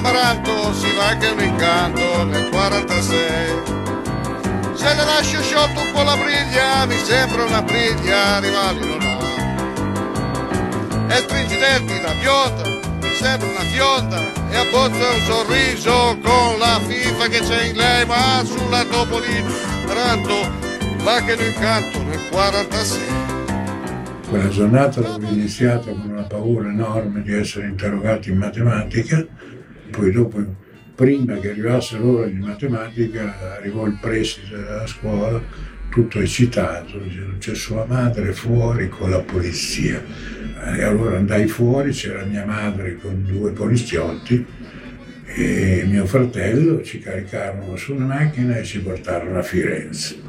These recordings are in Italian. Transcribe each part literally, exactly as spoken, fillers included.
all'amaranto si va che è un incanto nel quarantasei. Se le lascio sciolto un po' la briglia, mi sembra una briglia, rivali non ha. E stringi i denti da bionda, mi sembra una fionda, e abbozza un sorriso con la fifa che c'è in lei, ma sulla Topolino, tanto va che è un incanto nel quarantasei. Quella giornata l'avevo iniziata con una paura enorme di essere interrogato in matematica, poi dopo, prima che arrivasse l'ora di matematica, arrivò il preside della scuola, tutto eccitato, dicendo c'è sua madre fuori con la polizia. E allora andai fuori, c'era mia madre con due poliziotti e mio fratello, ci caricarono su una macchina e ci portarono a Firenze.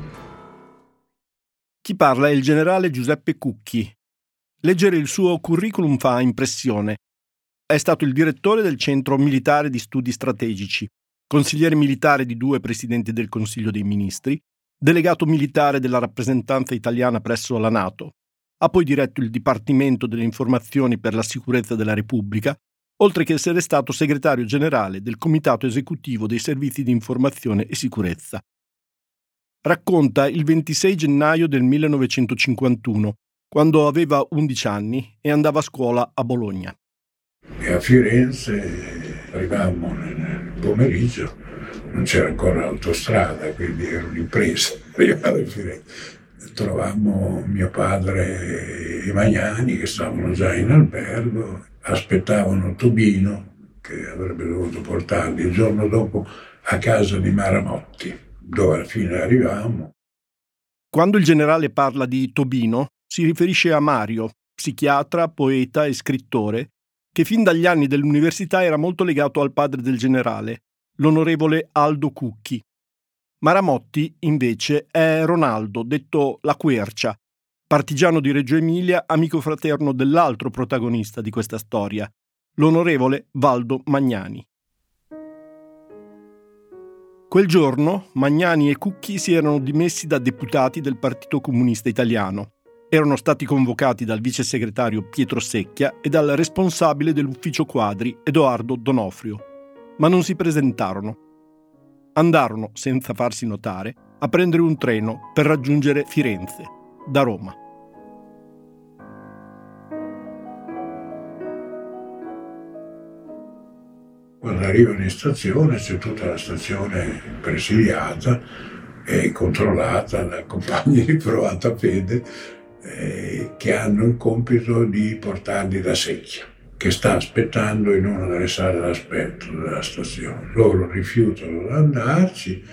Chi parla è il generale Giuseppe Cucchi. Leggere il suo curriculum fa impressione. È stato il direttore del Centro Militare di Studi Strategici, consigliere militare di due presidenti del Consiglio dei Ministri, delegato militare della rappresentanza italiana presso la NATO. Ha poi diretto il Dipartimento delle Informazioni per la Sicurezza della Repubblica, oltre che essere stato segretario generale del Comitato Esecutivo dei Servizi di Informazione e Sicurezza. Racconta il ventisei gennaio del millenovecentocinquantuno, quando aveva undici anni e andava a scuola a Bologna. E a Firenze arrivavamo nel pomeriggio, non c'era ancora l'autostrada, quindi era un'impresa arrivare a Firenze. Trovammo mio padre e i Magnani che stavano già in albergo, aspettavano Tobino che avrebbe dovuto portarli il giorno dopo a casa di Maramotti, dove alla fine arrivavamo. Quando il generale parla di Tobino, si riferisce a Mario, psichiatra, poeta e scrittore, che fin dagli anni dell'università era molto legato al padre del generale, l'onorevole Aldo Cucchi. Maramotti, invece, è Ronaldo, detto La Quercia, partigiano di Reggio Emilia, amico fraterno dell'altro protagonista di questa storia, l'onorevole Valdo Magnani. Quel giorno Magnani e Cucchi si erano dimessi da deputati del Partito Comunista Italiano. Erano stati convocati dal vice segretario Pietro Secchia e dal responsabile dell'ufficio quadri Edoardo Donofrio, ma non si presentarono. Andarono, senza farsi notare, a prendere un treno per raggiungere Firenze, da Roma. Quando arrivano in stazione c'è tutta la stazione presidiata e controllata da compagni di provata fede eh, che hanno il compito di portarli da Secchia, che sta aspettando in una delle sale d'aspetto della stazione. Loro rifiutano di andarci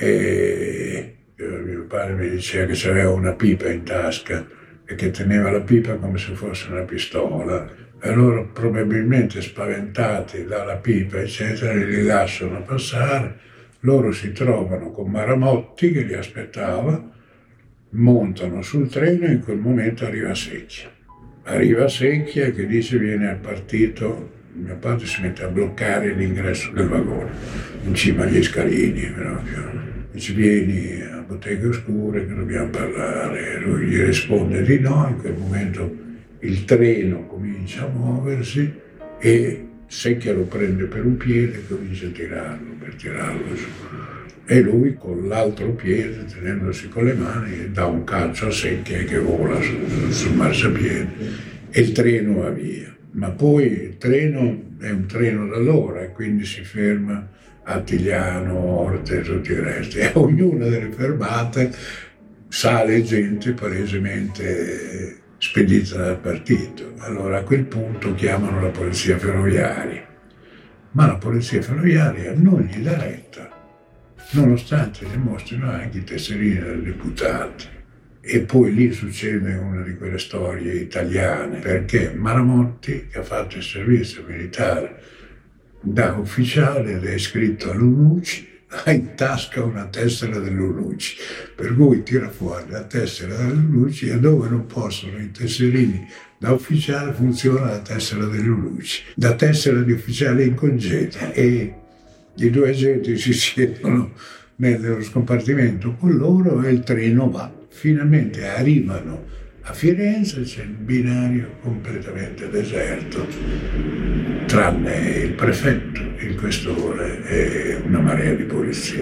e mio padre mi diceva che c'aveva una pipa in tasca e che teneva la pipa come se fosse una pistola. E loro, probabilmente spaventati dalla pipa, eccetera, li lasciano passare. Loro si trovano con Maramotti che li aspettava, montano sul treno e in quel momento arriva Secchia. Arriva Secchia che dice viene al partito, mio padre si mette a bloccare l'ingresso del vagone, in cima agli scalini proprio. Dice vieni a Botteghe Oscure che dobbiamo parlare. Lui gli risponde di no, in quel momento il treno comincia a muoversi e Secchia lo prende per un piede e comincia a tirarlo, per tirarlo su. E lui con l'altro piede, tenendosi con le mani, dà un calcio a Secchia che vola sul, sul marciapiede e il treno va via. Ma poi il treno è un treno d'allora e quindi si ferma a Tigliano, Orte e tutti i resti. E a ognuna delle fermate sale gente palesemente spedita dal partito. Allora a quel punto chiamano la polizia ferroviaria, ma la polizia ferroviaria non gli dà retta, nonostante gli mostrino anche i tesserini del deputato. E poi lì succede una di quelle storie italiane, perché Maramotti, che ha fatto il servizio militare da ufficiale ed è iscritto all'U N U C I, ha in tasca una tessera dell'U N U C I, per cui tira fuori la tessera dell'U N U C I e dove non possono i tesserini da ufficiale funziona la tessera dell'U N U C I, da tessera di ufficiale in congedo, e i due agenti si siedono nello scompartimento con loro e il treno va. Finalmente arrivano a Firenze, c'è il binario completamente deserto, tranne il prefetto il questore e una marea di polizia.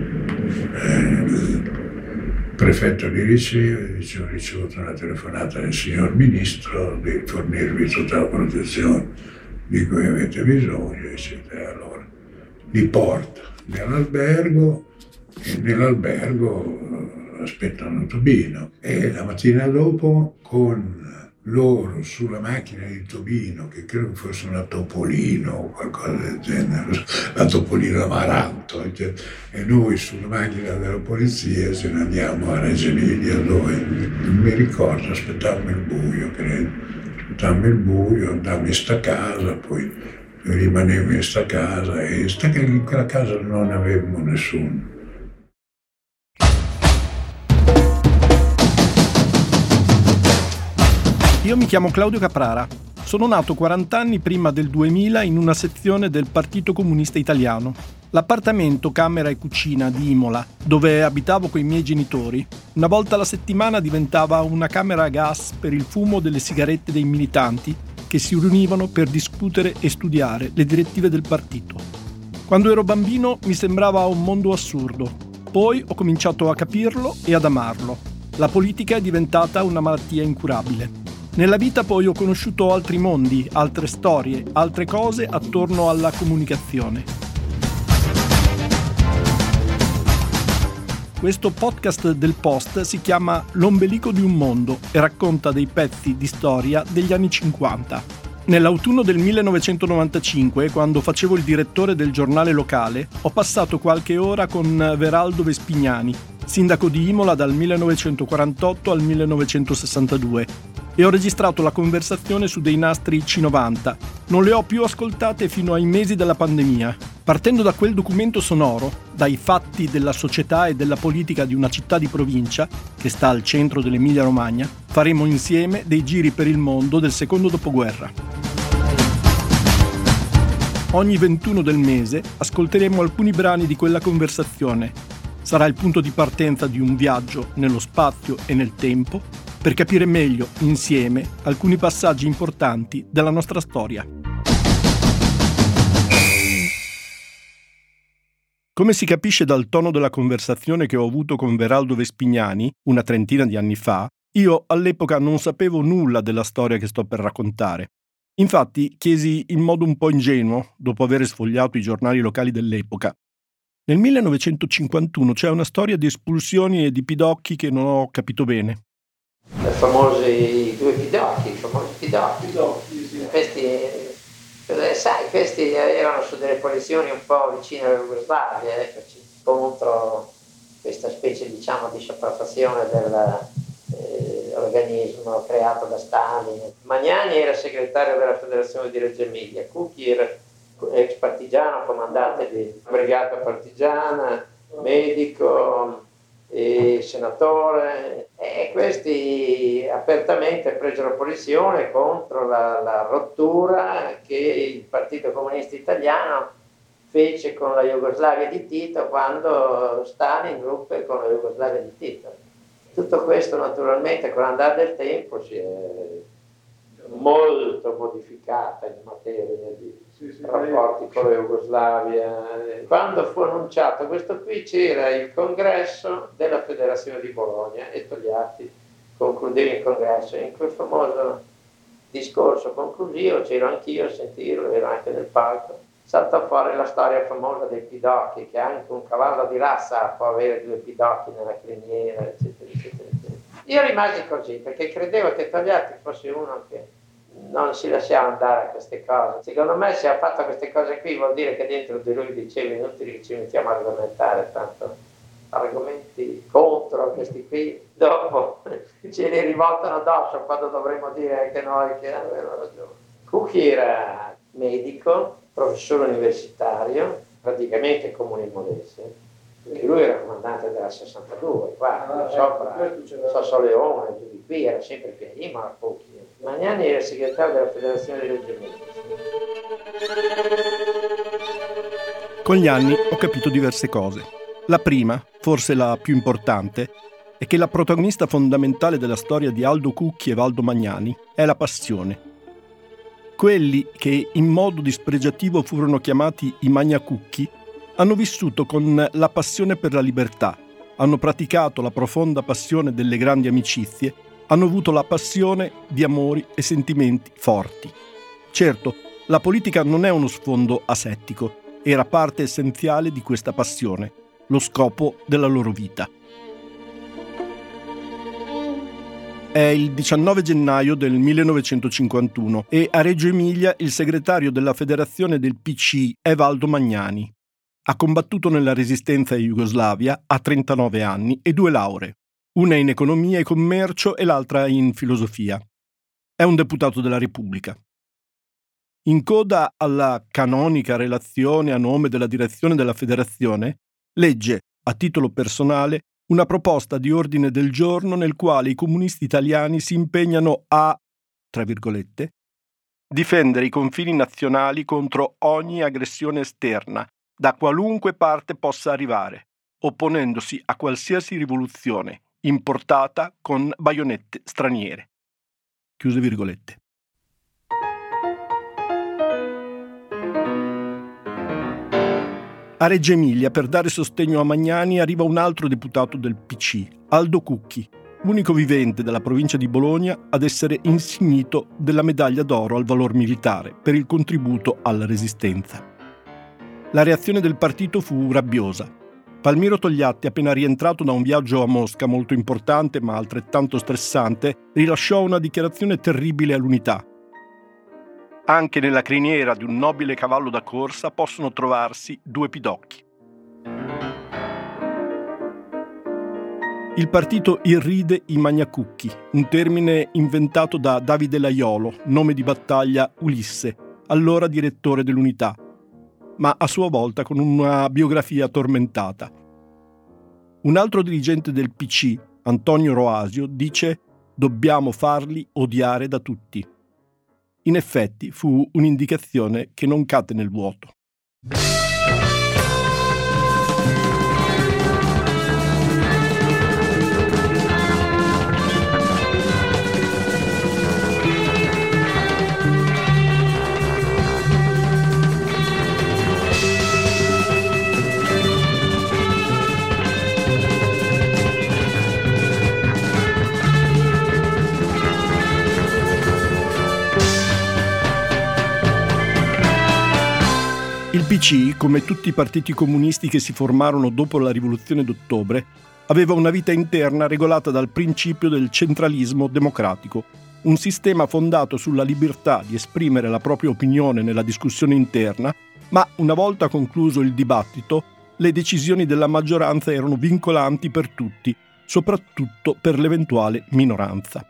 Il prefetto li riceve, dice: ho ricevuto una telefonata del signor ministro di fornirvi tutta la protezione di cui avete bisogno, eccetera. Allora li porta nell'albergo e nell'albergo aspettano Tobino, e la mattina dopo con loro sulla macchina di Tobino, che credo fosse una Topolino o qualcosa del genere, la Topolino Amaranto, e noi sulla macchina della polizia ce ne andiamo a Reggio Emilia, dove non mi ricordo, aspettavamo il buio, credo, aspettavamo il buio, andammo in sta casa, poi rimanevo in sta casa, e sta che in quella casa non avevamo nessuno. Io mi chiamo Claudio Caprara. Sono nato quaranta anni prima del duemila in una sezione del Partito Comunista Italiano. L'appartamento, camera e cucina di Imola, dove abitavo coi miei genitori, una volta alla settimana diventava una camera a gas per il fumo delle sigarette dei militanti che si riunivano per discutere e studiare le direttive del partito. Quando ero bambino mi sembrava un mondo assurdo. Poi ho cominciato a capirlo e ad amarlo. La politica è diventata una malattia incurabile. Nella vita poi ho conosciuto altri mondi, altre storie, altre cose attorno alla comunicazione. Questo podcast del Post si chiama L'ombelico di un mondo e racconta dei pezzi di storia degli anni cinquanta. Nell'autunno del millenovecentonovantacinque, quando facevo il direttore del giornale locale, ho passato qualche ora con Veraldo Vespignani, sindaco di Imola dal millenovecentoquarantotto al millenovecentosessantadue, e ho registrato la conversazione su dei nastri C novanta. Non le ho più ascoltate fino ai mesi della pandemia. Partendo da quel documento sonoro, dai fatti della società e della politica di una città di provincia, che sta al centro dell'Emilia-Romagna, faremo insieme dei giri per il mondo del secondo dopoguerra. Ogni ventuno del mese ascolteremo alcuni brani di quella conversazione. Sarà il punto di partenza di un viaggio nello spazio e nel tempo, per capire meglio, insieme, alcuni passaggi importanti della nostra storia. Come si capisce dal tono della conversazione che ho avuto con Veraldo Vespignani, una trentina di anni fa, io all'epoca non sapevo nulla della storia che sto per raccontare. Infatti chiesi in modo un po' ingenuo, dopo aver sfogliato i giornali locali dell'epoca: nel millenovecentocinquantuno c'è una storia di espulsioni e di pidocchi che non ho capito bene. I famosi due pidocchi, i famosi pidocchi. Pidocchi, sì. Questi, eh, sai, questi erano su delle posizioni un po' vicine alla Jugoslavia, eh, contro questa specie, diciamo, di sopraffazione dell'organismo eh, creato da Stalin. Magnani era segretario della Federazione di Reggio Emilia, Cucchi era ex partigiano, comandante di brigata partigiana, medico e senatore, e questi apertamente presero posizione contro la, la rottura che il Partito Comunista Italiano fece con la Jugoslavia di Tito quando Stalin ruppe con la Jugoslavia di Tito. Tutto questo naturalmente con l'andare del tempo si è molto modificata in materia di sì, sì, rapporti con la Jugoslavia. Quando fu annunciato questo qui c'era il congresso della Federazione di Bologna e Togliatti concludeva il congresso, e in quel famoso discorso conclusivo c'ero anch'io a sentirlo, ero anche nel palco. Salta fuori la storia famosa dei pidocchi, che anche un cavallo di razza può avere due pidocchi nella criniera, eccetera, eccetera, eccetera. Io rimasi così perché credevo che Togliatti fosse uno che non si lasciava andare a queste cose. Secondo me, se ha fatto queste cose qui vuol dire che dentro di lui diceva: inutile che ci mettiamo a argomentare, tanto argomenti contro questi qui dopo ce li rivoltano addosso quando dovremmo dire anche noi che avevano ragione. Cucchi era medico, professore universitario, praticamente comune imolese, perché lui era comandante della sessantadue, qua, ah, sopra, ecco, Sasso Leone, giù di qui, era sempre qui, ma pochi. Magnani era segretario della Federazione di Reggio Emilia. Con gli anni ho capito diverse cose. La prima, forse la più importante, è che la protagonista fondamentale della storia di Aldo Cucchi e Valdo Magnani è la passione. Quelli che in modo dispregiativo furono chiamati i magnacucchi hanno vissuto con la passione per la libertà, hanno praticato la profonda passione delle grandi amicizie, hanno avuto la passione di amori e sentimenti forti. Certo, la politica non è uno sfondo asettico, era parte essenziale di questa passione, lo scopo della loro vita. È il diciannove gennaio del millenovecentocinquantuno e a Reggio Emilia il segretario della federazione del P C è Valdo Magnani. Ha combattuto nella resistenza in Jugoslavia, ha trentanove anni e due lauree, una in economia e commercio e l'altra in filosofia. È un deputato della Repubblica. In coda alla canonica relazione a nome della direzione della federazione, legge, a titolo personale, una proposta di ordine del giorno nel quale i comunisti italiani si impegnano a, tra virgolette, difendere i confini nazionali contro ogni aggressione esterna, da qualunque parte possa arrivare, opponendosi a qualsiasi rivoluzione importata con baionette straniere. Chiuse virgolette. A Reggio Emilia, per dare sostegno a Magnani, arriva un altro deputato del P C, Aldo Cucchi, unico vivente della provincia di Bologna ad essere insignito della medaglia d'oro al valor militare per il contributo alla resistenza. La reazione del partito fu rabbiosa. Palmiro Togliatti, appena rientrato da un viaggio a Mosca molto importante ma altrettanto stressante, rilasciò una dichiarazione terribile all'Unità. Anche nella criniera di un nobile cavallo da corsa possono trovarsi due pidocchi. Il partito irride i magnacucchi, un termine inventato da Davide Laiolo, nome di battaglia Ulisse, allora direttore dell'Unità, ma a sua volta con una biografia tormentata. Un altro dirigente del P C, Antonio Roasio, dice: «Dobbiamo farli odiare da tutti». In effetti fu un'indicazione che non cade nel vuoto. Il P C, come tutti i partiti comunisti che si formarono dopo la Rivoluzione d'Ottobre, aveva una vita interna regolata dal principio del centralismo democratico, un sistema fondato sulla libertà di esprimere la propria opinione nella discussione interna, ma una volta concluso il dibattito, le decisioni della maggioranza erano vincolanti per tutti, soprattutto per l'eventuale minoranza.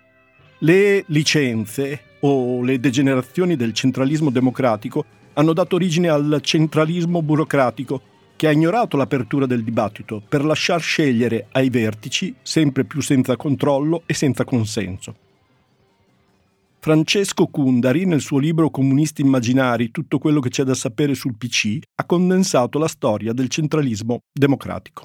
Le licenze o le degenerazioni del centralismo democratico hanno dato origine al centralismo burocratico, che ha ignorato l'apertura del dibattito per lasciar scegliere ai vertici, sempre più senza controllo e senza consenso. Francesco Kundari, nel suo libro Comunisti immaginari, tutto quello che c'è da sapere sul P C, ha condensato la storia del centralismo democratico.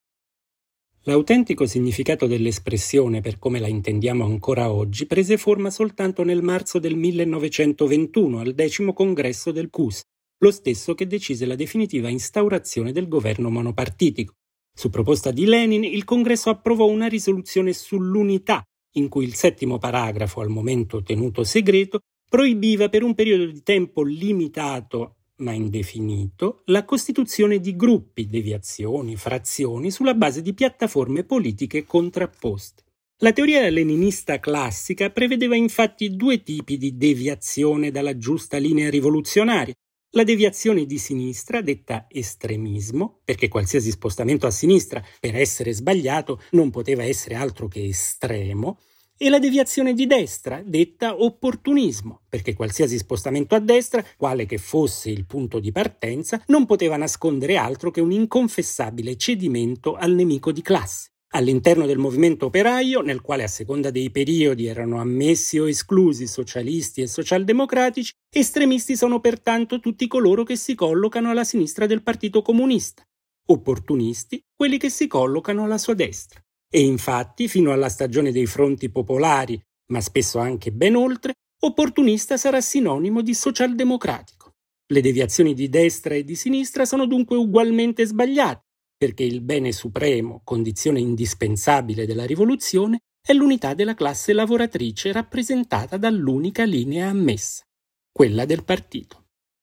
L'autentico significato dell'espressione, per come la intendiamo ancora oggi, prese forma soltanto nel marzo del millenovecentoventuno, al decimo congresso del C U S, lo stesso che decise la definitiva instaurazione del governo monopartitico. Su proposta di Lenin, il congresso approvò una risoluzione sull'unità, in cui il settimo paragrafo, al momento tenuto segreto, proibiva per un periodo di tempo limitato ma indefinito, la costituzione di gruppi, deviazioni, frazioni sulla base di piattaforme politiche contrapposte. La teoria leninista classica prevedeva infatti due tipi di deviazione dalla giusta linea rivoluzionaria. La deviazione di sinistra, detta estremismo, perché qualsiasi spostamento a sinistra, per essere sbagliato, non poteva essere altro che estremo, e la deviazione di destra, detta opportunismo, perché qualsiasi spostamento a destra, quale che fosse il punto di partenza, non poteva nascondere altro che un inconfessabile cedimento al nemico di classe. All'interno del movimento operaio, nel quale a seconda dei periodi erano ammessi o esclusi socialisti e socialdemocratici, estremisti sono pertanto tutti coloro che si collocano alla sinistra del Partito Comunista, opportunisti quelli che si collocano alla sua destra. E infatti, fino alla stagione dei fronti popolari, ma spesso anche ben oltre, Opportunista sarà sinonimo di socialdemocratico. Le deviazioni di destra e di sinistra sono dunque ugualmente sbagliate, perché il bene supremo, condizione indispensabile della rivoluzione, è l'unità della classe lavoratrice rappresentata dall'unica linea ammessa, quella del partito.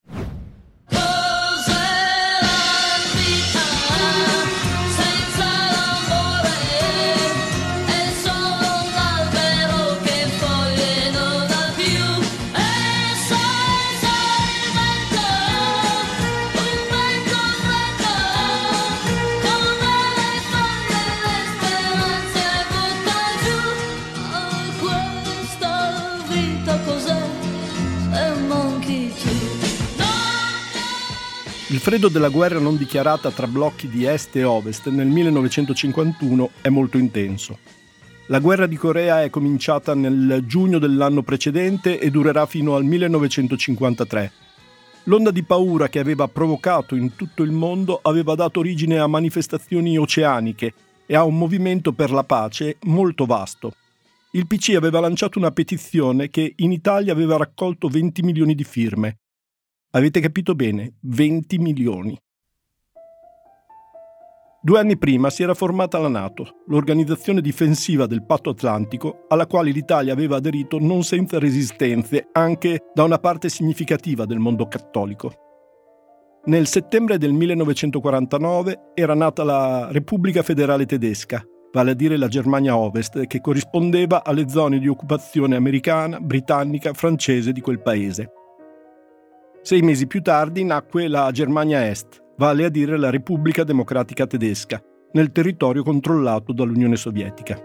Il freddo della guerra non dichiarata tra blocchi di est e ovest nel millenovecentocinquantuno è molto intenso. La guerra di Corea è cominciata nel giugno dell'anno precedente e durerà fino al millenovecentocinquantatré. L'onda di paura che aveva provocato in tutto il mondo aveva dato origine a manifestazioni oceaniche e a un movimento per la pace molto vasto. Il P C aveva lanciato una petizione che in Italia aveva raccolto venti milioni di firme. Avete capito bene, venti milioni. Due anni prima si era formata la NATO, l'organizzazione difensiva del Patto Atlantico, alla quale l'Italia aveva aderito non senza resistenze anche da una parte significativa del mondo cattolico. Nel settembre del millenovecentoquarantanove era nata la Repubblica Federale Tedesca, vale a dire la Germania Ovest, che corrispondeva alle zone di occupazione americana, britannica, francese di quel paese. Sei mesi più tardi nacque la Germania Est, vale a dire la Repubblica Democratica Tedesca, nel territorio controllato dall'Unione Sovietica.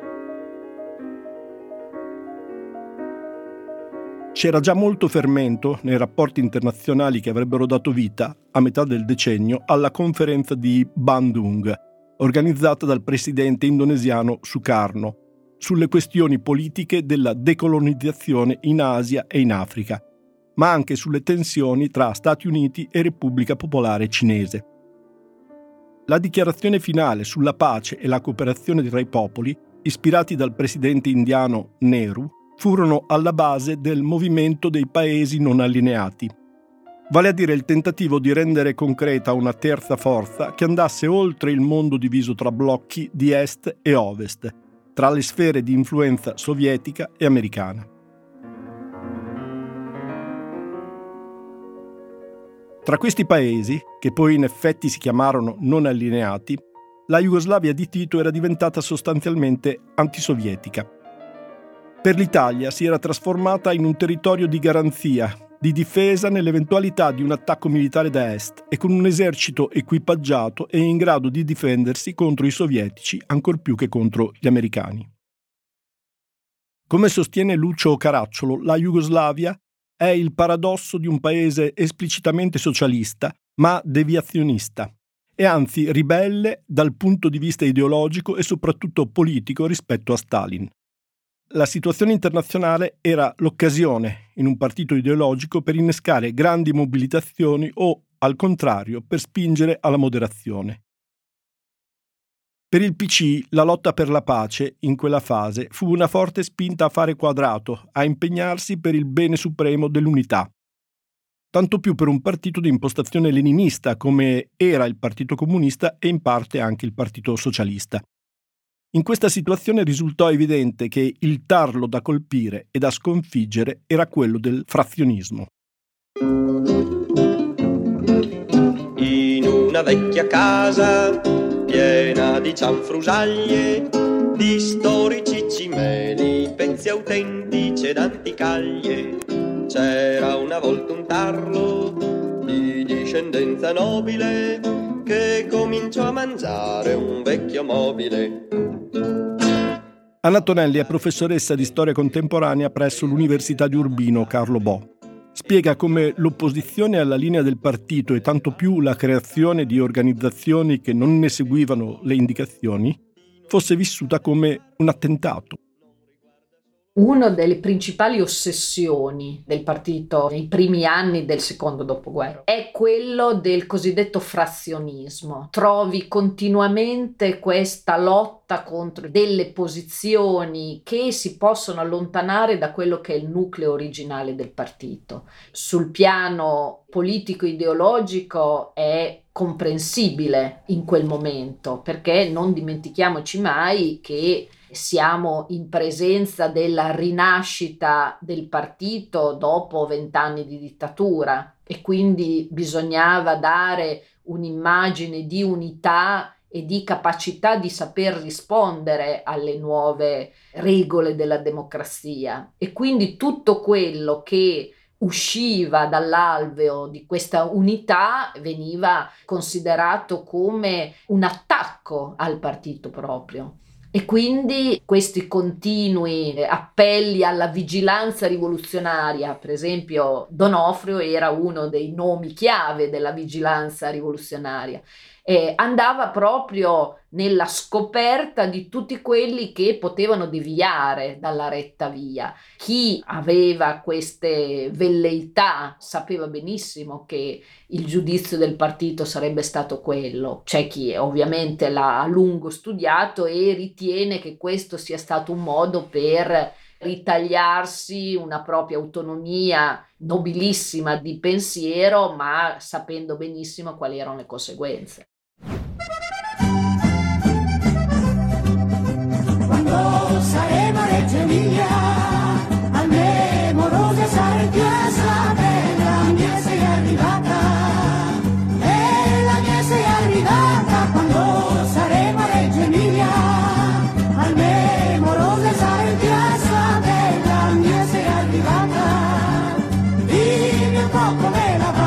C'era già molto fermento nei rapporti internazionali che avrebbero dato vita, a metà del decennio, alla conferenza di Bandung, organizzata dal presidente indonesiano Sukarno, sulle questioni politiche della decolonizzazione in Asia e in Africa, ma anche sulle tensioni tra Stati Uniti e Repubblica Popolare Cinese. La dichiarazione finale sulla pace e la cooperazione tra i popoli, ispirati dal presidente indiano Nehru, furono alla base del movimento dei paesi non allineati, vale a dire il tentativo di rendere concreta una terza forza che andasse oltre il mondo diviso tra blocchi di est e ovest, tra le sfere di influenza sovietica e americana. Tra questi paesi, che poi in effetti si chiamarono non allineati, la Jugoslavia di Tito era diventata sostanzialmente antisovietica. Per l'Italia si era trasformata in un territorio di garanzia, di difesa nell'eventualità di un attacco militare da est e con un esercito equipaggiato e in grado di difendersi contro i sovietici ancor più che contro gli americani. Come sostiene Lucio Caracciolo, la Jugoslavia è il paradosso di un paese esplicitamente socialista, ma deviazionista, e anzi ribelle dal punto di vista ideologico e soprattutto politico rispetto a Stalin. La situazione internazionale era l'occasione, in un partito ideologico, per innescare grandi mobilitazioni o, al contrario, per spingere alla moderazione. Per il P C la lotta per la pace, in quella fase, fu una forte spinta a fare quadrato, a impegnarsi per il bene supremo dell'unità. Tanto più per un partito di impostazione leninista come era il Partito Comunista e in parte anche il Partito Socialista. In questa situazione risultò evidente che il tarlo da colpire e da sconfiggere era quello del frazionismo. In una vecchia casa piena di cianfrusaglie, di storici cimeli, pezzi autentici ed anticaglie, c'era una volta un tarlo di discendenza nobile che cominciò a mangiare un vecchio mobile. Anna Tonelli è professoressa di storia contemporanea presso l'Università di Urbino Carlo Bo. Spiega come l'opposizione alla linea del partito e tanto più la creazione di organizzazioni che non ne seguivano le indicazioni fosse vissuta come un attentato. Una delle principali ossessioni del partito nei primi anni del secondo dopoguerra è quello del cosiddetto frazionismo. Trovi continuamente questa lotta contro delle posizioni che si possono allontanare da quello che è il nucleo originale del partito. Sul piano politico-ideologico è comprensibile in quel momento, perché non dimentichiamoci mai che siamo in presenza della rinascita del partito dopo vent'anni di dittatura e quindi bisognava dare un'immagine di unità e di capacità di saper rispondere alle nuove regole della democrazia, e quindi tutto quello che usciva dall'alveo di questa unità veniva considerato come un attacco al partito proprio. E quindi questi continui appelli alla vigilanza rivoluzionaria, per esempio D'Onofrio era uno dei nomi chiave della vigilanza rivoluzionaria, eh, andava proprio nella scoperta di tutti quelli che potevano deviare dalla retta via. Chi aveva queste velleità sapeva benissimo che il giudizio del partito sarebbe stato quello. C'è chi ovviamente l'ha a lungo studiato e ritiene che questo sia stato un modo per ritagliarsi una propria autonomia nobilissima di pensiero, ma sapendo benissimo quali erano le conseguenze. Quando saremo a Reggio Emilia, al memoroso sarà chiesa bella, mia sei arrivata, e la mia sei arrivata. Quando saremo a Reggio Emilia, al memoroso sarà chiesa bella, mia sei arrivata, dimmi un po' come la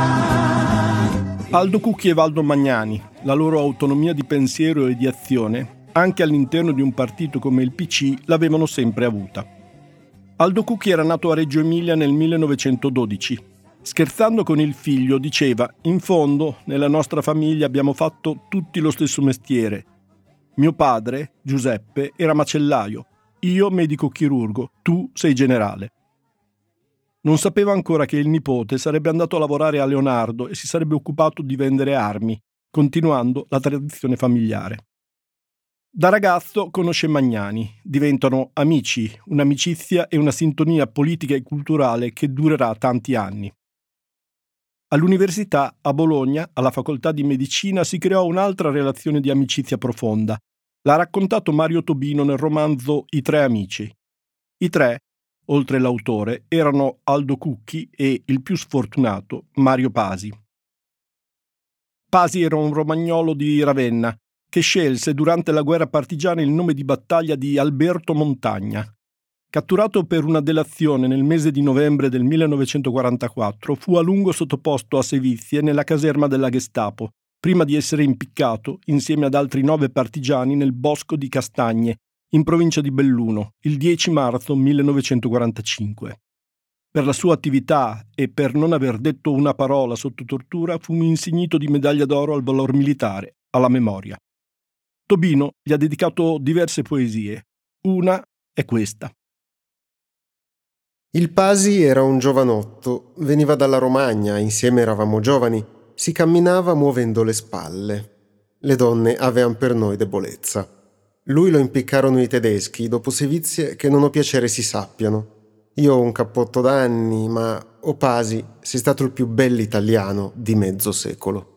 va. Aldo Cucchi e Valdo Magnani, la loro autonomia di pensiero e di azione, anche all'interno di un partito come il P C, l'avevano sempre avuta. Aldo Cucchi era nato a Reggio Emilia nel millenovecentododici. Scherzando con il figlio diceva: in fondo, nella nostra famiglia abbiamo fatto tutti lo stesso mestiere. Mio padre, Giuseppe, era macellaio, io medico chirurgo, tu sei generale. Non sapeva ancora che il nipote sarebbe andato a lavorare a Leonardo e si sarebbe occupato di vendere armi, continuando la tradizione familiare. Da ragazzo conosce Magnani, diventano amici, un'amicizia e una sintonia politica e culturale che durerà tanti anni. All'università, a Bologna, alla facoltà di medicina, si creò un'altra relazione di amicizia profonda. L'ha raccontato Mario Tobino nel romanzo I tre amici. I tre, oltre l'autore, erano Aldo Cucchi e, il più sfortunato, Mario Pasi. Pasi era un romagnolo di Ravenna, che scelse durante la guerra partigiana il nome di battaglia di Alberto Montagna. Catturato per una delazione nel mese di novembre del millenovecentoquarantaquattro, fu a lungo sottoposto a sevizie nella caserma della Gestapo, prima di essere impiccato insieme ad altri nove partigiani nel bosco di Castagne, in provincia di Belluno, il dieci marzo millenovecentoquarantacinque. Per la sua attività e per non aver detto una parola sotto tortura fu insignito di medaglia d'oro al valor militare, alla memoria. Tobino gli ha dedicato diverse poesie. Una è questa. Il Pasi era un giovanotto, veniva dalla Romagna, insieme eravamo giovani, si camminava muovendo le spalle. Le donne avean per noi debolezza. Lui lo impiccarono i tedeschi, dopo sevizie che non ho piacere si sappiano. Io ho un cappotto d'anni, ma, o Pasi, sei stato il più bell'italiano di mezzo secolo.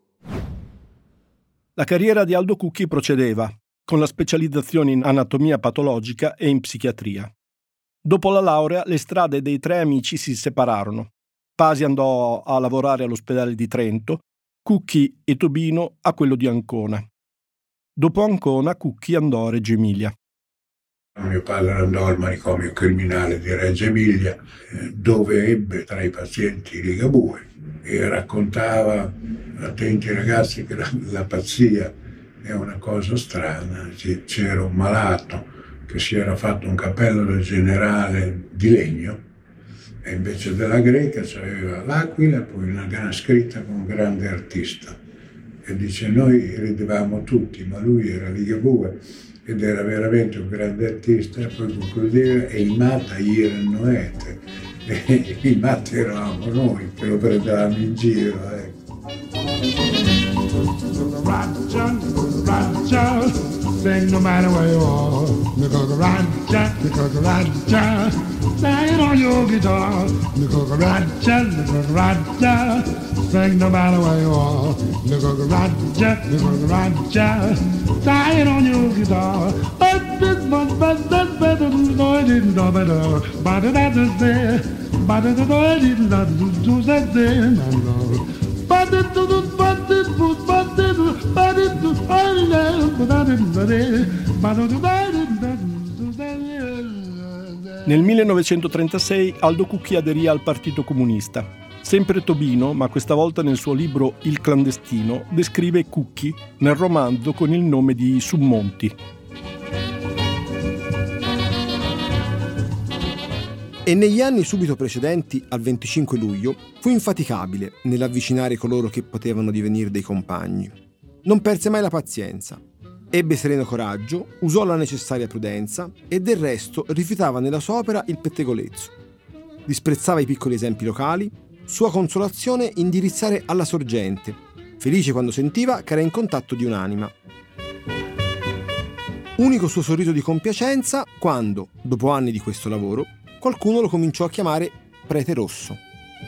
La carriera di Aldo Cucchi procedeva, con la specializzazione in anatomia patologica e in psichiatria. Dopo la laurea, le strade dei tre amici si separarono. Pasi andò a lavorare all'ospedale di Trento, Cucchi e Tobino a quello di Ancona. Dopo Ancona, Cucchi andò a Reggio Emilia. Mio padre andò al manicomio criminale di Reggio Emilia, dove ebbe tra i pazienti Ligabue e raccontava: attenti ragazzi che la, la pazzia è una cosa strana. C'era un malato che si era fatto un cappello del generale di legno e invece della greca c'aveva l'aquila e poi una gran scritta con un grande artista. E dice: noi ridevamo tutti, ma lui era Ligabue ed era veramente un grande artista, poi concludeva e i matti erano et, e i matti eravamo noi che lo prendevamo in giro, ecco. Sing no matter where you are, the cucaracha, the cucaracha, sing on your guitar, the cucaracha, the cucaracha, sing no matter where you are, the cucaracha, the cucaracha, sing on your guitar. But this one, but that's better than no, I didn't know better, but that is there, but it is I didn't know to that there, no. But it was, but it was, but it was, but it was, I didn't know, but I didn't know, but I didn't know. Nel millenovecentotrentasei Aldo Cucchi aderì al Partito Comunista. Sempre Tobino, ma questa volta nel suo libro Il clandestino, descrive Cucchi nel romanzo con il nome di Submonti. E negli anni subito precedenti al venticinque luglio fu infaticabile nell'avvicinare coloro che potevano divenire dei compagni. Non perse mai la pazienza, ebbe sereno coraggio, usò la necessaria prudenza e del resto rifiutava nella sua opera il pettegolezzo. Disprezzava i piccoli esempi locali, sua consolazione indirizzare alla sorgente, felice quando sentiva che era in contatto di un'anima. Unico suo sorriso di compiacenza quando, dopo anni di questo lavoro, qualcuno lo cominciò a chiamare Prete Rosso.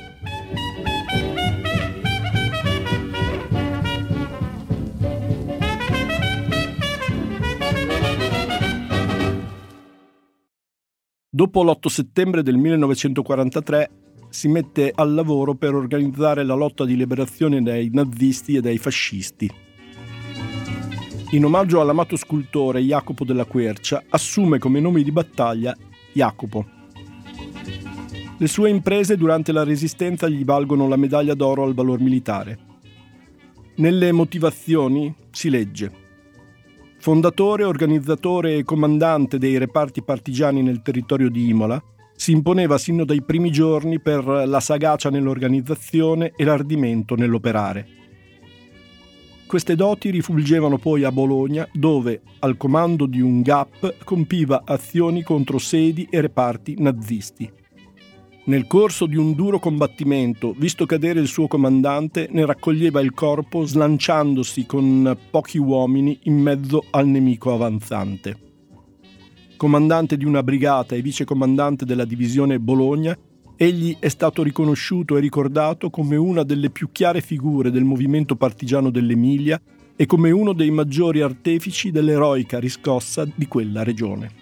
Dopo l'otto settembre del millenovecentoquarantatré si mette al lavoro per organizzare la lotta di liberazione dai nazisti e dai fascisti. In omaggio all'amato scultore Jacopo della Quercia assume come nome di battaglia Jacopo. Le sue imprese durante la Resistenza gli valgono la medaglia d'oro al valor militare. Nelle motivazioni si legge: fondatore, organizzatore e comandante dei reparti partigiani nel territorio di Imola, si imponeva sino dai primi giorni per la sagacia nell'organizzazione e l'ardimento nell'operare. Queste doti rifulgevano poi a Bologna, dove, al comando di un G A P, compiva azioni contro sedi e reparti nazisti. Nel corso di un duro combattimento, visto cadere il suo comandante, ne raccoglieva il corpo slanciandosi con pochi uomini in mezzo al nemico avanzante. Comandante di una brigata e vicecomandante della divisione Bologna, egli è stato riconosciuto e ricordato come una delle più chiare figure del movimento partigiano dell'Emilia e come uno dei maggiori artefici dell'eroica riscossa di quella regione.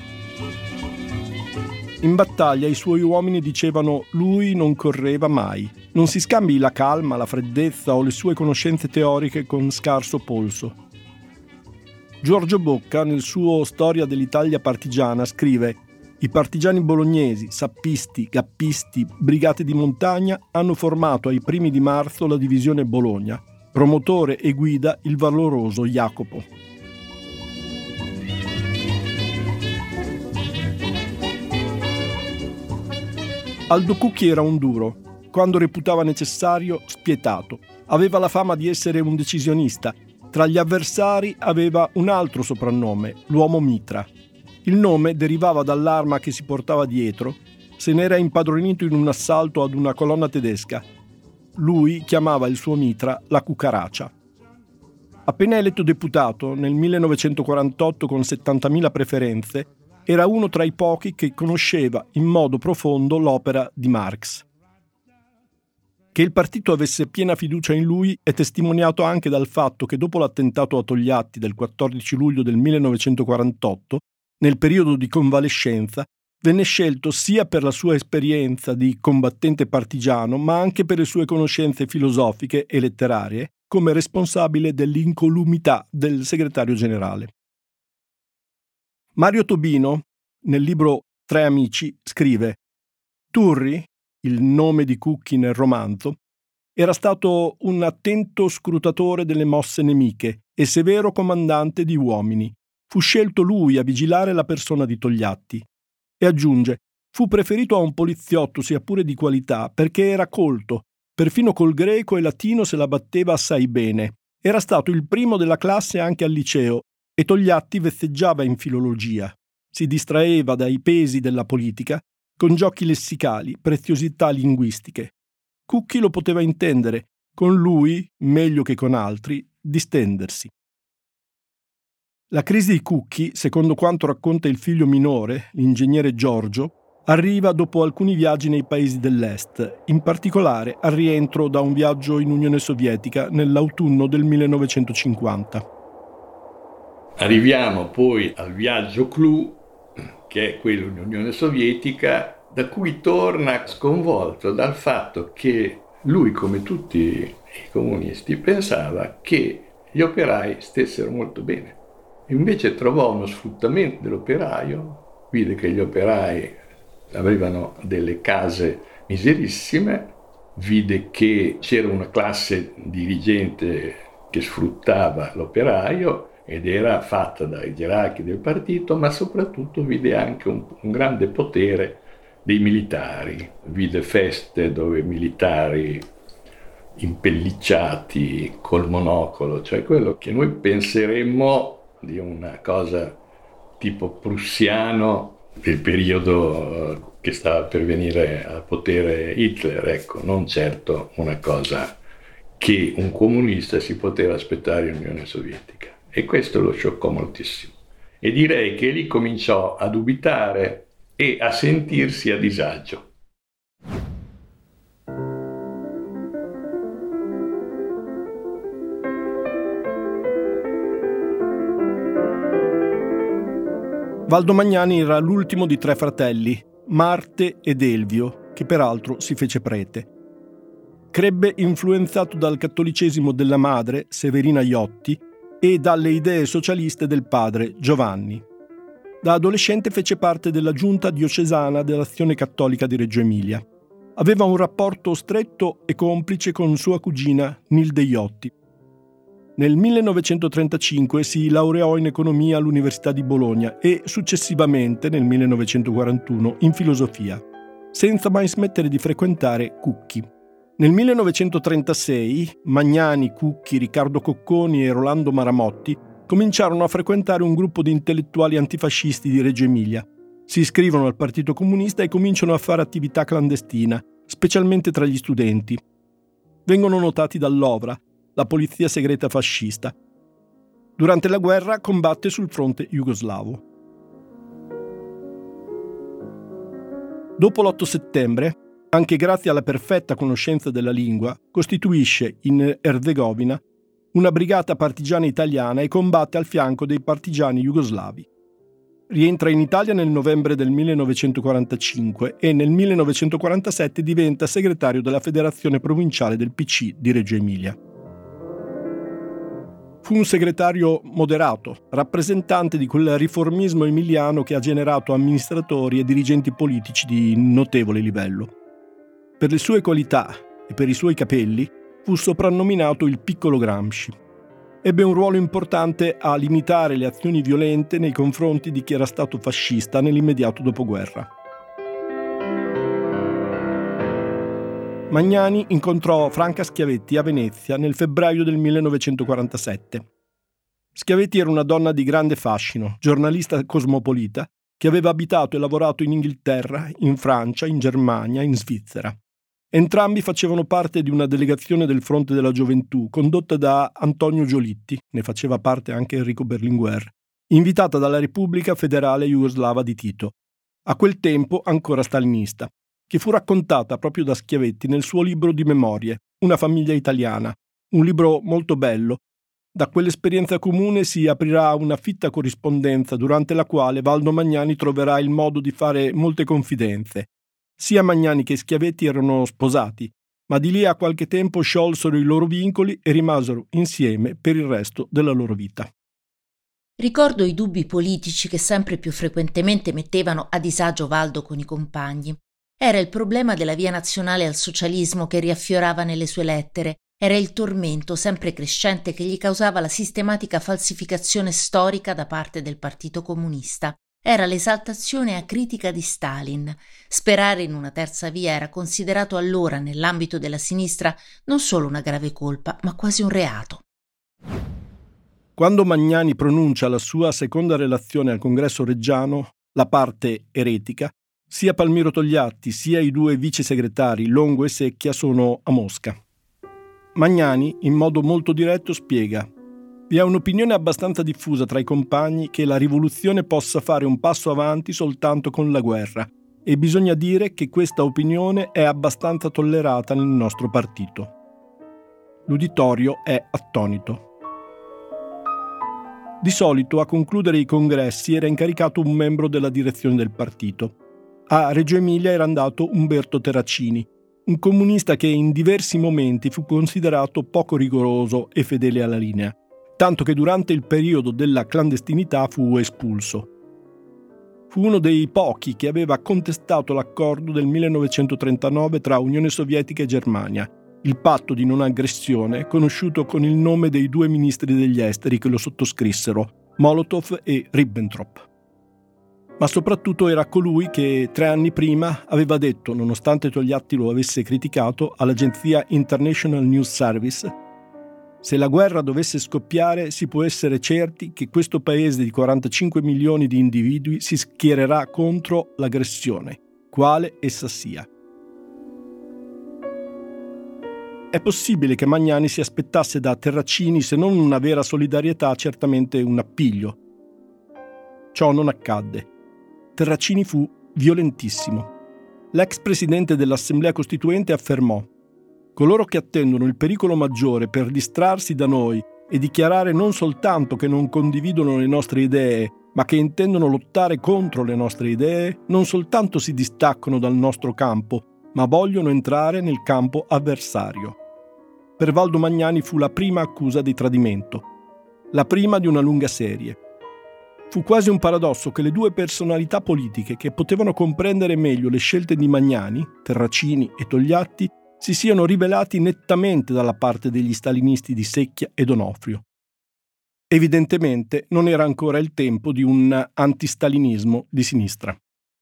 In battaglia i suoi uomini dicevano: lui non correva mai, non si scambi la calma, la freddezza o le sue conoscenze teoriche con scarso polso. Giorgio Bocca, nel suo Storia dell'Italia partigiana, scrive: i partigiani bolognesi, sappisti, gappisti, brigate di montagna hanno formato ai primi di marzo la divisione Bologna, promotore e guida il valoroso Jacopo. Aldo Cucchi era un duro, quando reputava necessario, spietato. Aveva la fama di essere un decisionista. Tra gli avversari aveva un altro soprannome, l'uomo mitra. Il nome derivava dall'arma che si portava dietro. Se n'era impadronito in un assalto ad una colonna tedesca. Lui chiamava il suo mitra la cucaracia. Appena eletto deputato, nel millenovecentoquarantotto con settantamila preferenze, era uno tra i pochi che conosceva in modo profondo l'opera di Marx. Che il partito avesse piena fiducia in lui è testimoniato anche dal fatto che dopo l'attentato a Togliatti del quattordici luglio del millenovecentoquarantotto, nel periodo di convalescenza, venne scelto sia per la sua esperienza di combattente partigiano, ma anche per le sue conoscenze filosofiche e letterarie, come responsabile dell'incolumità del segretario generale. Mario Tobino, nel libro Tre amici, scrive: Turri, il nome di Cucchi nel romanzo, era stato un attento scrutatore delle mosse nemiche e severo comandante di uomini. Fu scelto lui a vigilare la persona di Togliatti. E aggiunge: fu preferito a un poliziotto sia pure di qualità perché era colto, perfino col greco e latino se la batteva assai bene. Era stato il primo della classe anche al liceo e Togliatti vezzeggiava in filologia, si distraeva dai pesi della politica con giochi lessicali, preziosità linguistiche. Cucchi lo poteva intendere, con lui, meglio che con altri, distendersi. La crisi di Cucchi, secondo quanto racconta il figlio minore, l'ingegnere Giorgio, arriva dopo alcuni viaggi nei paesi dell'Est, in particolare al rientro da un viaggio in Unione Sovietica nell'autunno del millenovecentocinquanta. Arriviamo poi al viaggio clou, che è quello in Unione Sovietica, da cui torna sconvolto dal fatto che lui, come tutti i comunisti, pensava che gli operai stessero molto bene. Invece trovò uno sfruttamento dell'operaio, vide che gli operai avevano delle case miserissime, vide che c'era una classe dirigente che sfruttava l'operaio ed era fatta dai gerarchi del partito, ma soprattutto vide anche un, un grande potere dei militari. Vide feste dove militari impellicciati col monocolo, cioè quello che noi penseremmo di una cosa tipo prussiano del periodo che stava per venire al potere Hitler, ecco, non certo una cosa che un comunista si poteva aspettare in Unione Sovietica. E questo lo scioccò moltissimo. E direi che lì cominciò a dubitare e a sentirsi a disagio. Valdo Magnani era l'ultimo di tre fratelli, Marte ed Elvio, che peraltro si fece prete. Crebbe influenzato dal cattolicesimo della madre, Severina Iotti, e dalle idee socialiste del padre, Giovanni. Da adolescente fece parte della giunta diocesana dell'Azione Cattolica di Reggio Emilia. Aveva un rapporto stretto e complice con sua cugina Nilde Iotti. Nel millenovecentotrentacinque si laureò in economia all'Università di Bologna e successivamente, nel millenovecentoquarantuno, in filosofia, senza mai smettere di frequentare Cucchi. Nel millenovecentotrentasei Magnani, Cucchi, Riccardo Cocconi e Rolando Maramotti cominciarono a frequentare un gruppo di intellettuali antifascisti di Reggio Emilia. Si iscrivono al Partito Comunista e cominciano a fare attività clandestina, specialmente tra gli studenti. Vengono notati dall'Ovra, la polizia segreta fascista. Durante la guerra combatte sul fronte jugoslavo. Dopo l'otto settembre, anche grazie alla perfetta conoscenza della lingua, costituisce in Erzegovina una brigata partigiana italiana e combatte al fianco dei partigiani jugoslavi. Rientra in Italia nel novembre del millenovecentoquarantacinque e nel millenovecentoquarantasette diventa segretario della Federazione Provinciale del P C di Reggio Emilia. Fu un segretario moderato, rappresentante di quel riformismo emiliano che ha generato amministratori e dirigenti politici di notevole livello. Per le sue qualità e per i suoi capelli fu soprannominato il piccolo Gramsci. Ebbe un ruolo importante a limitare le azioni violente nei confronti di chi era stato fascista nell'immediato dopoguerra. Magnani incontrò Franca Schiavetti a Venezia nel febbraio del millenovecentoquarantasette. Schiavetti era una donna di grande fascino, giornalista cosmopolita, che aveva abitato e lavorato in Inghilterra, in Francia, in Germania, in Svizzera. Entrambi facevano parte di una delegazione del Fronte della Gioventù, condotta da Antonio Giolitti, ne faceva parte anche Enrico Berlinguer, invitata dalla Repubblica Federale Jugoslava di Tito, a quel tempo ancora stalinista, che fu raccontata proprio da Schiavetti nel suo libro di memorie, Una famiglia italiana, un libro molto bello. Da quell'esperienza comune si aprirà una fitta corrispondenza durante la quale Valdo Magnani troverà il modo di fare molte confidenze. Sia Magnani che Schiavetti erano sposati, ma di lì a qualche tempo sciolsero i loro vincoli e rimasero insieme per il resto della loro vita. Ricordo i dubbi politici che sempre più frequentemente mettevano a disagio Valdo con i compagni. Era il problema della via nazionale al socialismo che riaffiorava nelle sue lettere, era il tormento sempre crescente che gli causava la sistematica falsificazione storica da parte del Partito Comunista. Era l'esaltazione acritica di Stalin. Sperare in una terza via era considerato allora, nell'ambito della sinistra, non solo una grave colpa, ma quasi un reato. Quando Magnani pronuncia la sua seconda relazione al Congresso Reggiano, la parte eretica, sia Palmiro Togliatti sia i due vice segretari Longo e Secchia sono a Mosca. Magnani, in modo molto diretto, spiega: vi è un'opinione abbastanza diffusa tra i compagni che la rivoluzione possa fare un passo avanti soltanto con la guerra, e bisogna dire che questa opinione è abbastanza tollerata nel nostro partito. L'uditorio è attonito. Di solito a concludere i congressi era incaricato un membro della direzione del partito. A Reggio Emilia era andato Umberto Terracini, un comunista che in diversi momenti fu considerato poco rigoroso e fedele alla linea, tanto che durante il periodo della clandestinità fu espulso. Fu uno dei pochi che aveva contestato l'accordo del millenovecentotrentanove tra Unione Sovietica e Germania, il patto di non aggressione conosciuto con il nome dei due ministri degli esteri che lo sottoscrissero, Molotov e Ribbentrop. Ma soprattutto era colui che tre anni prima aveva detto, nonostante Togliatti lo avesse criticato, all'agenzia International News Service: se la guerra dovesse scoppiare si può essere certi che questo paese di quarantacinque milioni di individui si schiererà contro l'aggressione, quale essa sia. È possibile che Magnani si aspettasse da Terracini, se non una vera solidarietà, certamente un appiglio. Ciò non accadde. Terracini fu violentissimo. L'ex presidente dell'Assemblea Costituente affermò: coloro che attendono il pericolo maggiore per distrarsi da noi e dichiarare non soltanto che non condividono le nostre idee, ma che intendono lottare contro le nostre idee, non soltanto si distaccano dal nostro campo, ma vogliono entrare nel campo avversario. Per Valdo Magnani fu la prima accusa di tradimento, la prima di una lunga serie. Fu quasi un paradosso che le due personalità politiche che potevano comprendere meglio le scelte di Magnani, Terracini e Togliatti, si siano rivelati nettamente dalla parte degli stalinisti di Secchia e D'Onofrio. Evidentemente non era ancora il tempo di un antistalinismo di sinistra.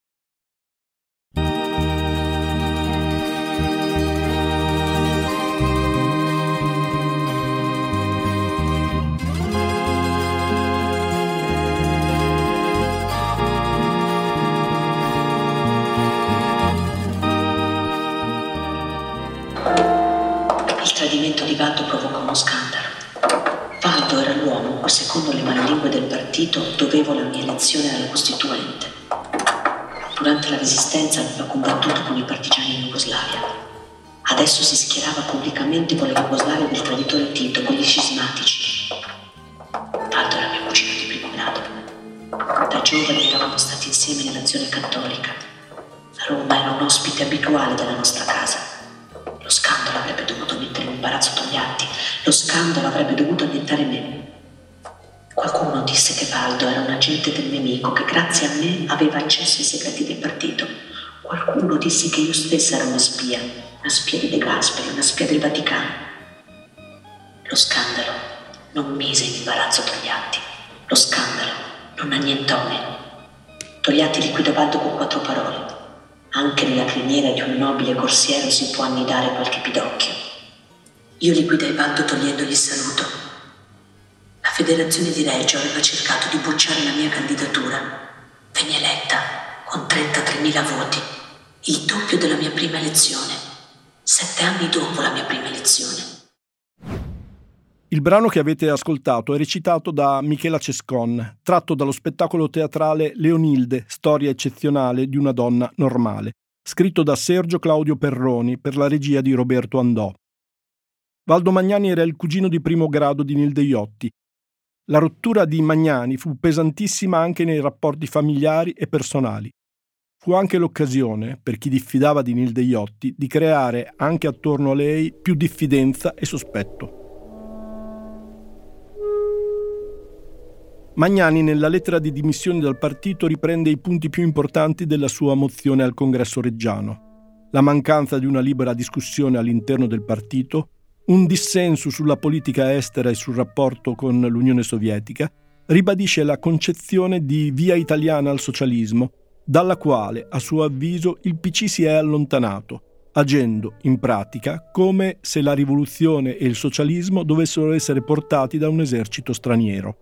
Il tradimento di Valdo provocò uno scandalo. Valdo era l'uomo cui, secondo le malalingue del partito, dovevo la mia elezione alla Costituente. Durante la Resistenza aveva combattuto con i partigiani in Jugoslavia. Adesso si schierava pubblicamente con la Jugoslavia del traditore Tito, con gli scismatici. Valdo era mio cugino di primo grado. Da giovani eravamo stati insieme nell'azione cattolica. Roma era un ospite abituale della nostra casa. Lo scandalo avrebbe dovuto mettere in imbarazzo Togliatti. Lo scandalo avrebbe dovuto annientare me. Qualcuno disse che Valdo era un agente del nemico, che grazie a me aveva accesso ai segreti del partito. Qualcuno disse che io stessa ero una spia, una spia di De Gasperi, una spia del Vaticano. Lo scandalo non mise in imbarazzo Togliatti. Lo scandalo non annientò me. Togliatti liquidò Valdo con quattro parole: anche nella criniera di un nobile corsiero si può annidare qualche pidocchio. Io liquidai Valdo togliendogli il saluto. La federazione di Reggio aveva cercato di bocciare la mia candidatura. Venni eletta con trentatremila voti, il doppio della mia prima elezione, sette anni dopo la mia prima elezione. Il brano che avete ascoltato è recitato da Michela Cescon, tratto dallo spettacolo teatrale Leonilde, storia eccezionale di una donna normale, scritto da Sergio Claudio Perroni per la regia di Roberto Andò. Valdo Magnani era il cugino di primo grado di Nilde Iotti. La rottura di Magnani fu pesantissima anche nei rapporti familiari e personali. Fu anche l'occasione, per chi diffidava di Nilde Iotti, di creare anche attorno a lei più diffidenza e sospetto. Magnani nella lettera di dimissioni dal partito riprende i punti più importanti della sua mozione al Congresso Reggiano: la mancanza di una libera discussione all'interno del partito, un dissenso sulla politica estera e sul rapporto con l'Unione Sovietica, ribadisce la concezione di via italiana al socialismo, dalla quale, a suo avviso, il P C si è allontanato, agendo in pratica come se la rivoluzione e il socialismo dovessero essere portati da un esercito straniero.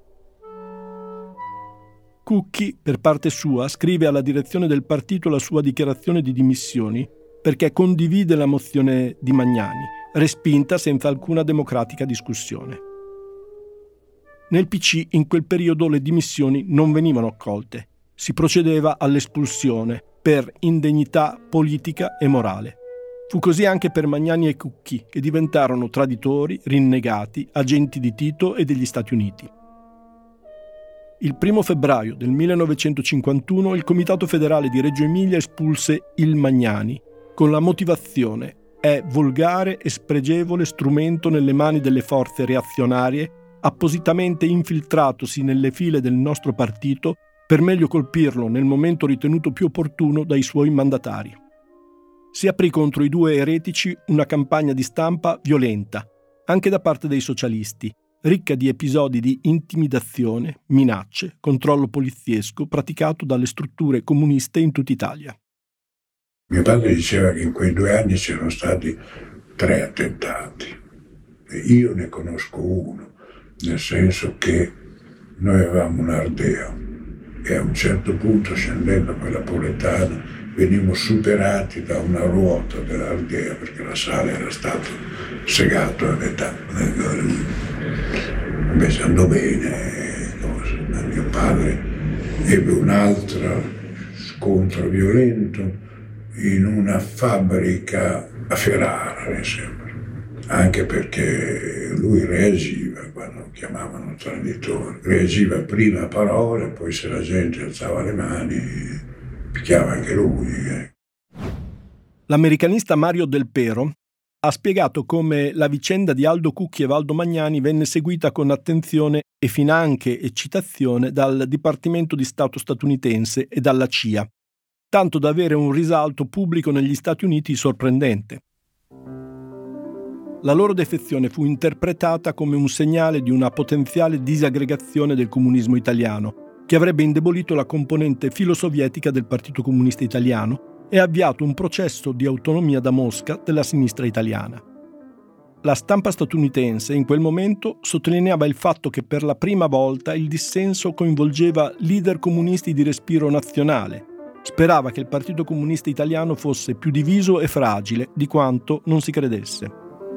Cucchi, per parte sua, scrive alla direzione del partito la sua dichiarazione di dimissioni perché condivide la mozione di Magnani, respinta senza alcuna democratica discussione. Nel P C in quel periodo le dimissioni non venivano accolte, si procedeva all'espulsione per indegnità politica e morale. Fu così anche per Magnani e Cucchi, che diventarono traditori, rinnegati, agenti di Tito e degli Stati Uniti. Il primo febbraio del millenovecentocinquantuno il Comitato Federale di Reggio Emilia espulse il Magnani, con la motivazione: è volgare e spregevole strumento nelle mani delle forze reazionarie, appositamente infiltratosi nelle file del nostro partito per meglio colpirlo nel momento ritenuto più opportuno dai suoi mandatari. Si aprì contro i due eretici una campagna di stampa violenta, anche da parte dei socialisti, ricca di episodi di intimidazione, minacce, controllo poliziesco praticato dalle strutture comuniste in tutta Italia. Mio padre diceva che in quei due anni c'erano stati tre attentati e io ne conosco uno, nel senso che noi avevamo un Ardeo e a un certo punto, scendendo per la Poletana, venimmo superati da una ruota dell'Ardea perché la sala era stata segata a metà. Invece andò bene, cosa. Mio padre ebbe un altro scontro violento in una fabbrica a Ferrara, mi sembra, anche perché lui reagiva quando chiamavano traditore, reagiva prima a parole, poi se la gente alzava le mani picchiava anche lui. Eh. L'americanista Mario Del Pero ha spiegato come la vicenda di Aldo Cucchi e Valdo Magnani venne seguita con attenzione e finanche eccitazione dal Dipartimento di Stato statunitense e dalla C I A, tanto da avere un risalto pubblico negli Stati Uniti sorprendente. La loro defezione fu interpretata come un segnale di una potenziale disaggregazione del comunismo italiano, che avrebbe indebolito la componente filosovietica del Partito Comunista Italiano e avviato un processo di autonomia da Mosca della sinistra italiana. La stampa statunitense in quel momento sottolineava il fatto che per la prima volta il dissenso coinvolgeva leader comunisti di respiro nazionale. Sperava che il Partito Comunista Italiano fosse più diviso e fragile di quanto non si credesse.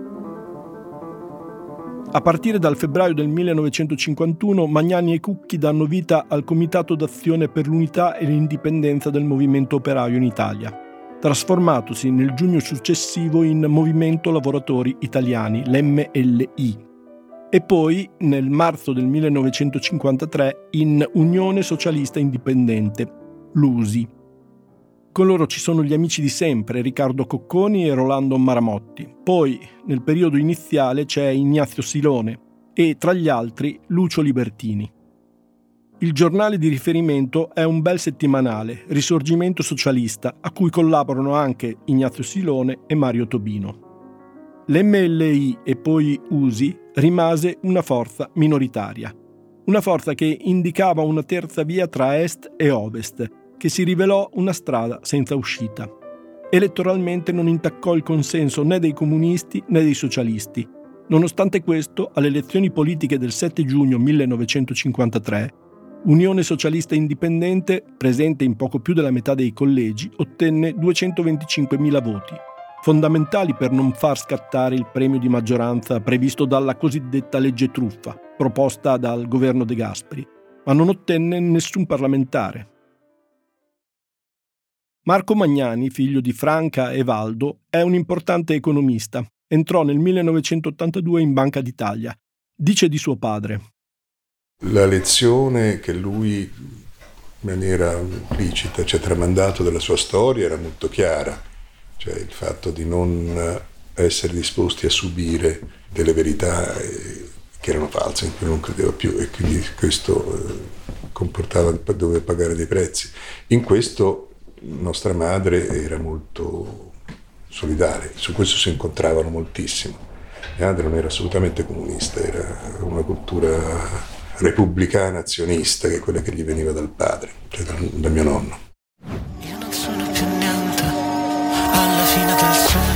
A partire dal febbraio del millenovecentocinquantuno, Magnani e Cucchi danno vita al Comitato d'Azione per l'Unità e l'Indipendenza del Movimento Operaio in Italia, trasformatosi nel giugno successivo in Movimento Lavoratori Italiani, l'M L I, e poi nel marzo del millenovecentocinquantatré in Unione Socialista Indipendente, l'U S I. Con loro ci sono gli amici di sempre, Riccardo Cocconi e Rolando Maramotti. Poi, nel periodo iniziale, c'è Ignazio Silone e, tra gli altri, Lucio Libertini. Il giornale di riferimento è un bel settimanale, Risorgimento Socialista, a cui collaborano anche Ignazio Silone e Mario Tobino. L'M L I e poi U S I rimase una forza minoritaria, una forza che indicava una terza via tra est e ovest, che si rivelò una strada senza uscita. Elettoralmente non intaccò il consenso né dei comunisti né dei socialisti. Nonostante questo, alle elezioni politiche del sette giugno millenovecentocinquantatré, Unione Socialista Indipendente, presente in poco più della metà dei collegi, ottenne duecentoventicinquemila voti, fondamentali per non far scattare il premio di maggioranza previsto dalla cosiddetta legge truffa, proposta dal governo De Gasperi, ma non ottenne nessun parlamentare. Marco Magnani, figlio di Franca e Valdo, è un importante economista. Entrò nel millenovecentottantadue in Banca d'Italia. Dice di suo padre: la lezione che lui in maniera implicita ci ha tramandato della sua storia era molto chiara, cioè il fatto di non essere disposti a subire delle verità che erano false, in cui non credeva più, e quindi questo comportava dover pagare dei prezzi. In questo nostra madre era molto solidale, su questo si incontravano moltissimo. Mia madre non era assolutamente comunista, era una cultura repubblicana azionista, che è quella che gli veniva dal padre, cioè dal, dal mio nonno. Io non sono più niente alla fine del sogno.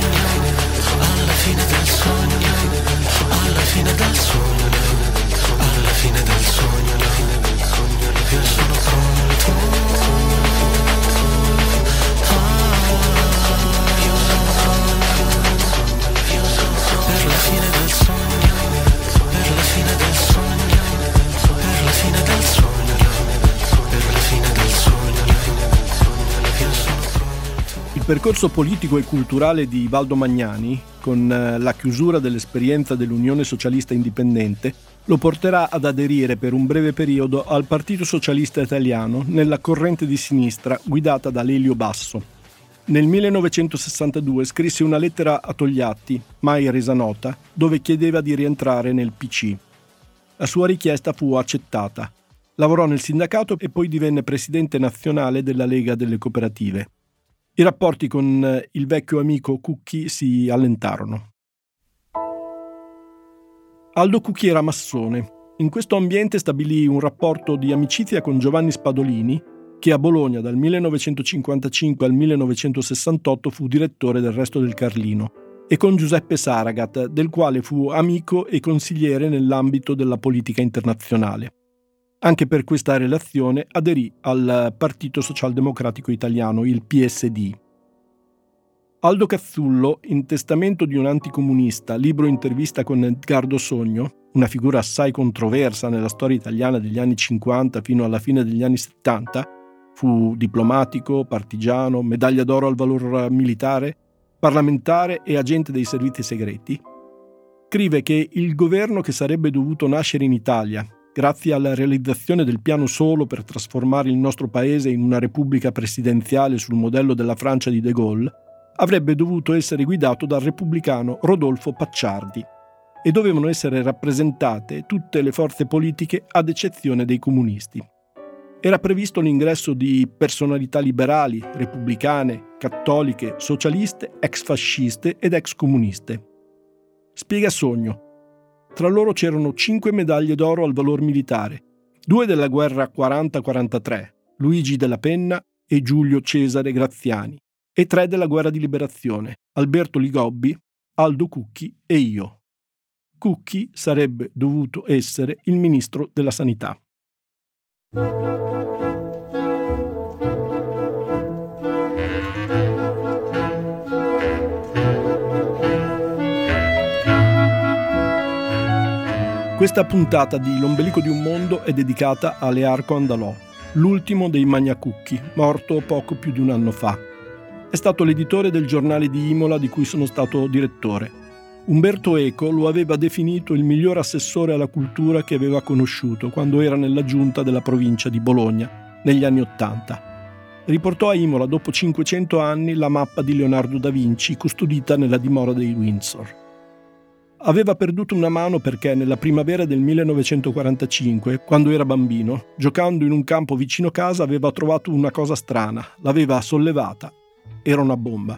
Il percorso politico e culturale di Valdo Magnani, con la chiusura dell'esperienza dell'Unione Socialista Indipendente, lo porterà ad aderire per un breve periodo al Partito Socialista Italiano nella corrente di sinistra guidata da Lelio Basso. Nel millenovecentosessantadue scrisse una lettera a Togliatti, mai resa nota, dove chiedeva di rientrare nel P C. La sua richiesta fu accettata. Lavorò nel sindacato e poi divenne presidente nazionale della Lega delle Cooperative. I rapporti con il vecchio amico Cucchi si allentarono. Aldo Cucchi era massone. In questo ambiente stabilì un rapporto di amicizia con Giovanni Spadolini, che a Bologna dal millenovecentocinquantacinque al millenovecentosessantotto fu direttore del Resto del Carlino, e con Giuseppe Saragat, del quale fu amico e consigliere nell'ambito della politica internazionale. Anche per questa relazione aderì al Partito Socialdemocratico Italiano, il P S D. Aldo Cazzullo, in Testamento di un anticomunista, libro intervista con Edgardo Sogno, una figura assai controversa nella storia italiana degli anni cinquanta fino alla fine degli anni settanta, fu diplomatico, partigiano, medaglia d'oro al valor militare, parlamentare e agente dei servizi segreti, scrive che il governo che sarebbe dovuto nascere in Italia, grazie alla realizzazione del piano Solo per trasformare il nostro paese in una repubblica presidenziale sul modello della Francia di De Gaulle, avrebbe dovuto essere guidato dal repubblicano Rodolfo Pacciardi e dovevano essere rappresentate tutte le forze politiche ad eccezione dei comunisti. Era previsto l'ingresso di personalità liberali, repubblicane, cattoliche, socialiste, ex-fasciste ed ex-comuniste. Spiega Sogno. Tra loro c'erano cinque medaglie d'oro al valor militare, due della guerra quaranta quarantatré, Luigi Della Penna e Giulio Cesare Graziani, e tre della guerra di liberazione, Alberto Ligobbi, Aldo Cucchi e io. Cucchi sarebbe dovuto essere il ministro della Sanità. Questa puntata di L'ombelico di un mondo è dedicata a Learco Andalò, l'ultimo dei Magna Cucchi, morto poco più di un anno fa. È stato l'editore del giornale di Imola di cui sono stato direttore. Umberto Eco lo aveva definito il miglior assessore alla cultura che aveva conosciuto quando era nella giunta della provincia di Bologna, negli anni Ottanta. Riportò a Imola dopo cinquecento anni la mappa di Leonardo da Vinci custodita nella dimora dei Windsor. Aveva perduto una mano perché nella primavera del millenovecentoquarantacinque, quando era bambino, giocando in un campo vicino casa aveva trovato una cosa strana, l'aveva sollevata. Era una bomba.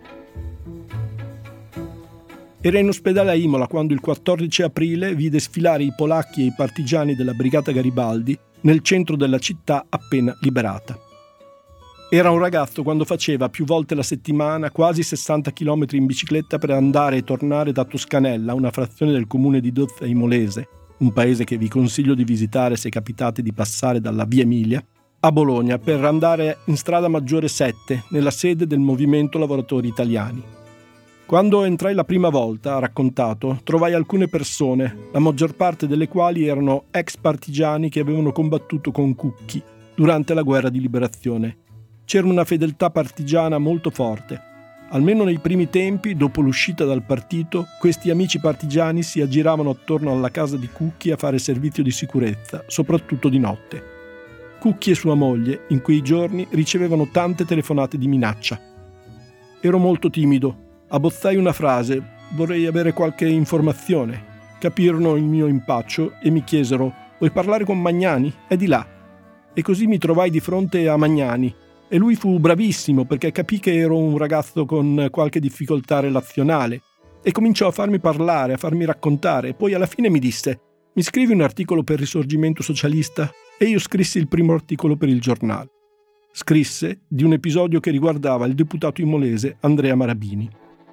Era in ospedale a Imola quando il quattordici aprile vide sfilare i polacchi e i partigiani della Brigata Garibaldi nel centro della città appena liberata. Era un ragazzo quando faceva più volte la settimana quasi sessanta chilometri in bicicletta per andare e tornare da Toscanella, una frazione del comune di Dozza Imolese, un paese che vi consiglio di visitare se capitate di passare dalla Via Emilia, a Bologna per andare in strada Maggiore sette, nella sede del Movimento Lavoratori Italiani. Quando entrai la prima volta, ha raccontato, trovai alcune persone, la maggior parte delle quali erano ex partigiani che avevano combattuto con Cucchi durante la guerra di liberazione. C'era una fedeltà partigiana molto forte. Almeno nei primi tempi, dopo l'uscita dal partito, questi amici partigiani si aggiravano attorno alla casa di Cucchi a fare servizio di sicurezza, soprattutto di notte. Cucchi e sua moglie, in quei giorni, ricevevano tante telefonate di minaccia. Ero molto timido. Abbozzai una frase, vorrei avere qualche informazione. Capirono il mio impaccio e mi chiesero, vuoi parlare con Magnani? È di là. E così mi trovai di fronte a Magnani. E lui fu bravissimo perché capì che ero un ragazzo con qualche difficoltà relazionale e cominciò a farmi parlare, a farmi raccontare e poi alla fine mi disse «Mi scrivi un articolo per Risorgimento Socialista?» E io scrissi il primo articolo per il giornale. Scrisse di un episodio che riguardava il deputato imolese Andrea Marabini.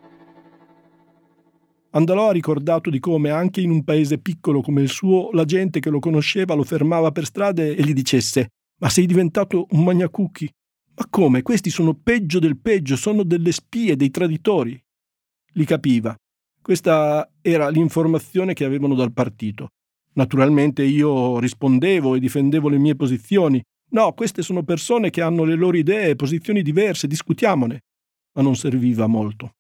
Andalò ha ricordato di come anche in un paese piccolo come il suo la gente che lo conosceva lo fermava per strade e gli dicesse «Ma sei diventato un Magna Cucchi?» Ma come? Questi sono peggio del peggio, sono delle spie, dei traditori. Li capiva. Questa era l'informazione che avevano dal partito. Naturalmente io rispondevo e difendevo le mie posizioni. No, queste sono persone che hanno le loro idee, posizioni diverse, discutiamone. ma non serviva a molto.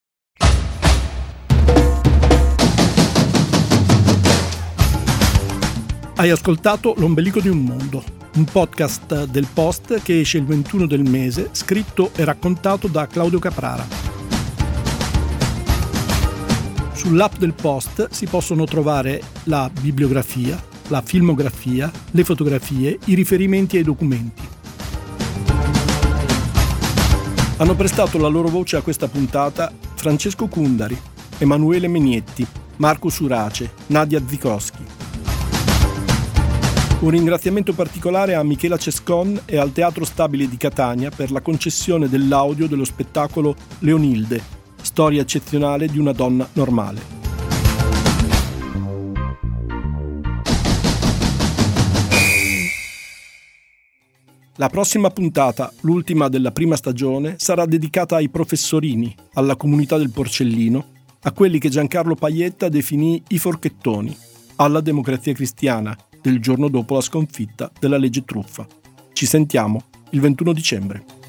Hai ascoltato L'ombelico di un mondo, un podcast del Post che esce il ventuno del mese, scritto e raccontato da Claudio Caprara. Sull'app del Post si possono trovare la bibliografia, la filmografia, le fotografie, i riferimenti ai documenti. Hanno prestato la loro voce a questa puntata Francesco Cundari, Emanuele Menietti, Marco Surace, Nadia Zikowski. Un ringraziamento particolare a Michela Cescon e al Teatro Stabile di Catania per la concessione dell'audio dello spettacolo Leonilde, storia eccezionale di una donna normale. La prossima puntata, l'ultima della prima stagione, sarà dedicata ai professorini, alla comunità del Porcellino, a quelli che Giancarlo Paietta definì i forchettoni, alla Democrazia Cristiana, del giorno dopo la sconfitta della legge truffa. Ci sentiamo il ventuno dicembre.